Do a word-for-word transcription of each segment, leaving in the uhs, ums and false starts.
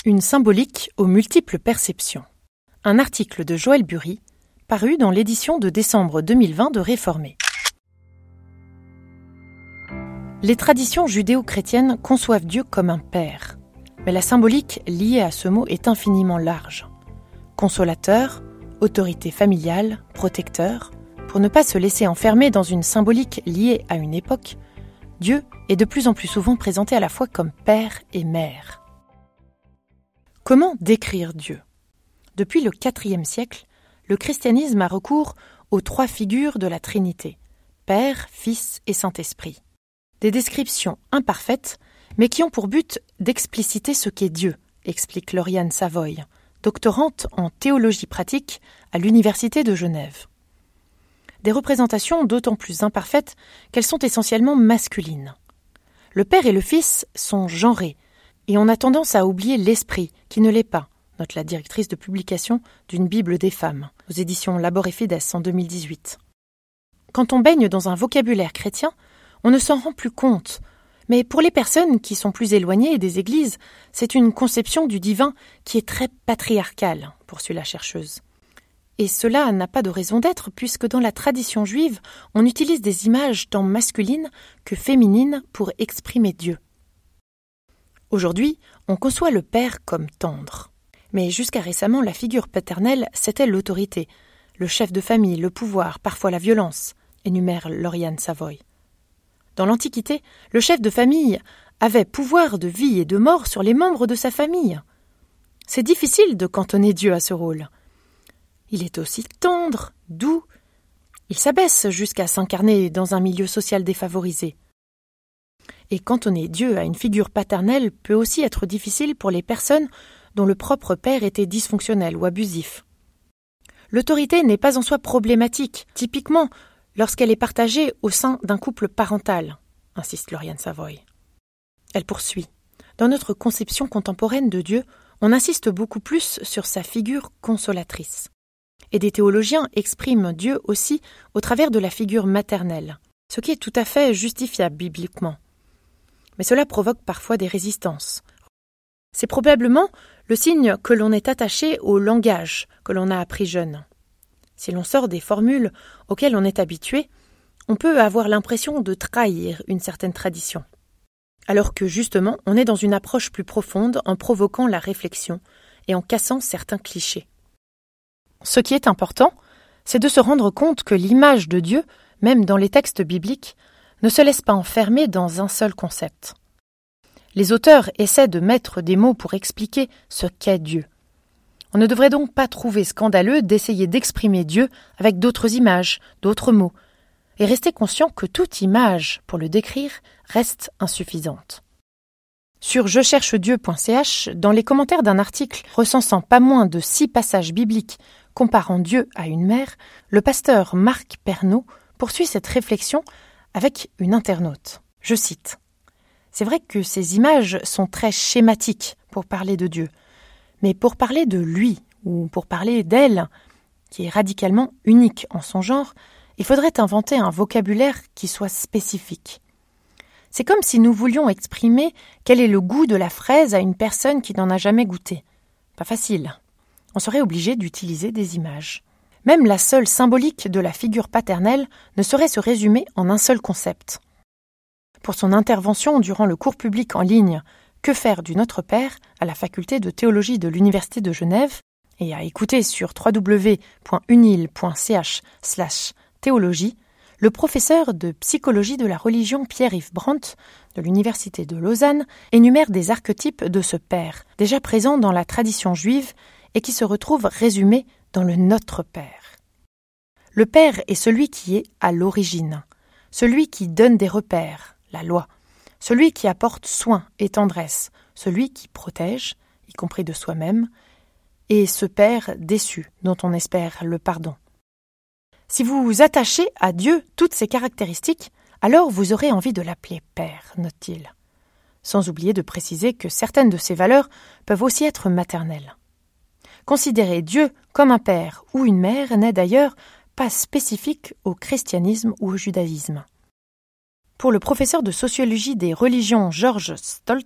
Une symbolique aux multiples perceptions. Un article de Joël Bury, paru dans l'édition de décembre deux mille vingt de Réformé. Les traditions judéo-chrétiennes conçoivent Dieu comme un père, mais la symbolique liée à ce mot est infiniment large. Consolateur, autorité familiale, protecteur, pour ne pas se laisser enfermer dans une symbolique liée à une époque, Dieu est de plus en plus souvent présenté à la fois comme père et mère. Comment décrire Dieu ? Depuis le quatrième siècle, le christianisme a recours aux trois figures de la Trinité, Père, Fils et Saint-Esprit. Des descriptions imparfaites, mais qui ont pour but d'expliciter ce qu'est Dieu, explique Lauriane Savoy, doctorante en théologie pratique à l'Université de Genève. Des représentations d'autant plus imparfaites qu'elles sont essentiellement masculines. Le Père et le Fils sont genrés, et on a tendance à oublier l'Esprit, qui ne l'est pas, note la directrice de publication d'une Bible des femmes, aux éditions Labor et Fides en deux mille dix-huit. Quand on baigne dans un vocabulaire chrétien, on ne s'en rend plus compte, mais pour les personnes qui sont plus éloignées des églises, c'est une conception du divin qui est très patriarcale, poursuit la chercheuse. Et cela n'a pas de raison d'être, puisque dans la tradition juive, on utilise des images tant masculines que féminines pour exprimer Dieu. Aujourd'hui, on conçoit le père comme tendre. Mais jusqu'à récemment, la figure paternelle, c'était l'autorité, le chef de famille, le pouvoir, parfois la violence, énumère Lauriane Savoy. Dans l'Antiquité, le chef de famille avait pouvoir de vie et de mort sur les membres de sa famille. C'est difficile de cantonner Dieu à ce rôle. Il est aussi tendre, doux. Il s'abaisse jusqu'à s'incarner dans un milieu social défavorisé. Et cantonner Dieu à une figure paternelle peut aussi être difficile pour les personnes dont le propre père était dysfonctionnel ou abusif. L'autorité n'est pas en soi problématique, typiquement lorsqu'elle est partagée au sein d'un couple parental, insiste Lauriane Savoy. Elle poursuit. Dans notre conception contemporaine de Dieu, on insiste beaucoup plus sur sa figure consolatrice. Et des théologiens expriment Dieu aussi au travers de la figure maternelle, ce qui est tout à fait justifiable bibliquement. Mais cela provoque parfois des résistances. C'est probablement le signe que l'on est attaché au langage que l'on a appris jeune. Si l'on sort des formules auxquelles on est habitué, on peut avoir l'impression de trahir une certaine tradition. Alors que justement, on est dans une approche plus profonde en provoquant la réflexion et en cassant certains clichés. Ce qui est important, c'est de se rendre compte que l'image de Dieu, même dans les textes bibliques, ne se laisse pas enfermer dans un seul concept. Les auteurs essaient de mettre des mots pour expliquer ce qu'est Dieu. On ne devrait donc pas trouver scandaleux d'essayer d'exprimer Dieu avec d'autres images, d'autres mots, et rester conscient que toute image, pour le décrire, reste insuffisante. Sur je cherche dieu point c h, dans les commentaires d'un article recensant pas moins de six passages bibliques comparant Dieu à une mère, le pasteur Marc Pernaut poursuit cette réflexion avec une internaute. Je cite. « C'est vrai que ces images sont très schématiques pour parler de Dieu, mais pour parler de lui, ou pour parler d'elle, qui est radicalement unique en son genre, il faudrait inventer un vocabulaire qui soit spécifique. C'est comme si nous voulions exprimer quel est le goût de la fraise à une personne qui n'en a jamais goûté. Pas facile. On serait obligé d'utiliser des images. Même la seule symbolique de la figure paternelle ne saurait se résumer en un seul concept. Pour son intervention durant le cours public en ligne « Que faire du Notre Père » à la faculté de théologie de l'Université de Genève et à écouter sur w w w point unil point c h slash théologie, le professeur de psychologie de la religion Pierre-Yves Brandt de l'Université de Lausanne énumère des archétypes de ce Père, déjà présents dans la tradition juive et qui se retrouvent résumés dans le Notre Père. Le Père est celui qui est à l'origine, celui qui donne des repères, la loi, celui qui apporte soin et tendresse, celui qui protège, y compris de soi-même, et ce Père déçu dont on espère le pardon. Si vous attachez à Dieu toutes ces caractéristiques, alors vous aurez envie de l'appeler Père, note-t-il, sans oublier de préciser que certaines de ces valeurs peuvent aussi être maternelles. Considérer Dieu comme un père ou une mère n'est d'ailleurs pas spécifique au christianisme ou au judaïsme. Pour le professeur de sociologie des religions Georges Stoltz,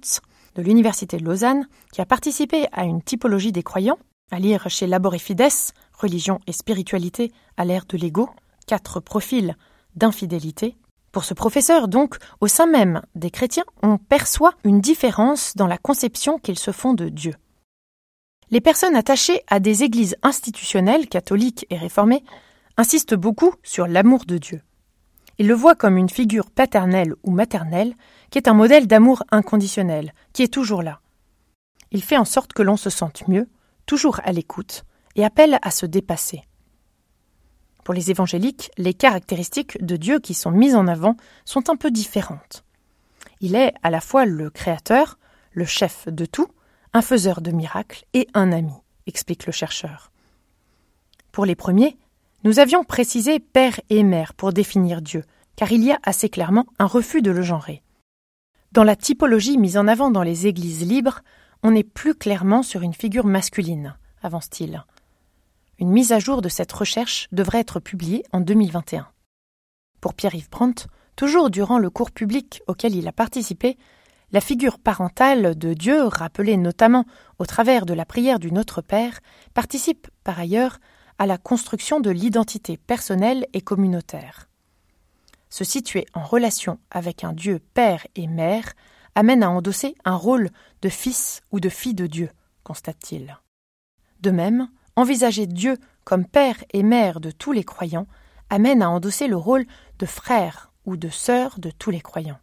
de l'Université de Lausanne, qui a participé à une typologie des croyants, à lire chez Labor et Fides, Religion et spiritualité à l'ère de l'ego, quatre profils d'infidélité. Pour ce professeur, donc, au sein même des chrétiens, on perçoit une différence dans la conception qu'ils se font de Dieu. Les personnes attachées à des églises institutionnelles, catholiques et réformées, insistent beaucoup sur l'amour de Dieu. Ils le voient comme une figure paternelle ou maternelle, qui est un modèle d'amour inconditionnel, qui est toujours là. Il fait en sorte que l'on se sente mieux, toujours à l'écoute, et appelle à se dépasser. Pour les évangéliques, les caractéristiques de Dieu qui sont mises en avant sont un peu différentes. Il est à la fois le créateur, le chef de tout, un faiseur de miracles et un ami, explique le chercheur. Pour les premiers, nous avions précisé père et mère pour définir Dieu, car il y a assez clairement un refus de le genrer. Dans la typologie mise en avant dans les églises libres, on est plus clairement sur une figure masculine, avance-t-il. Une mise à jour de cette recherche devrait être publiée en deux mille vingt et un. Pour Pierre-Yves Brandt, toujours durant le cours public auquel il a participé, la figure parentale de Dieu, rappelée notamment au travers de la prière du Notre Père, participe par ailleurs à la construction de l'identité personnelle et communautaire. Se situer en relation avec un Dieu père et mère amène à endosser un rôle de fils ou de fille de Dieu, constate-t-il. De même, envisager Dieu comme père et mère de tous les croyants amène à endosser le rôle de frère ou de sœur de tous les croyants.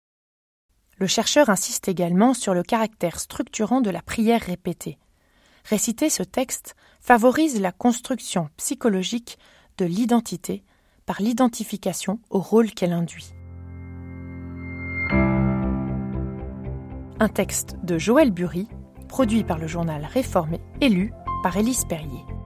Le chercheur insiste également sur le caractère structurant de la prière répétée. Réciter ce texte favorise la construction psychologique de l'identité par l'identification au rôle qu'elle induit. Un texte de Joël Bury, produit par le journal Réformé et lu par Élise Perrier.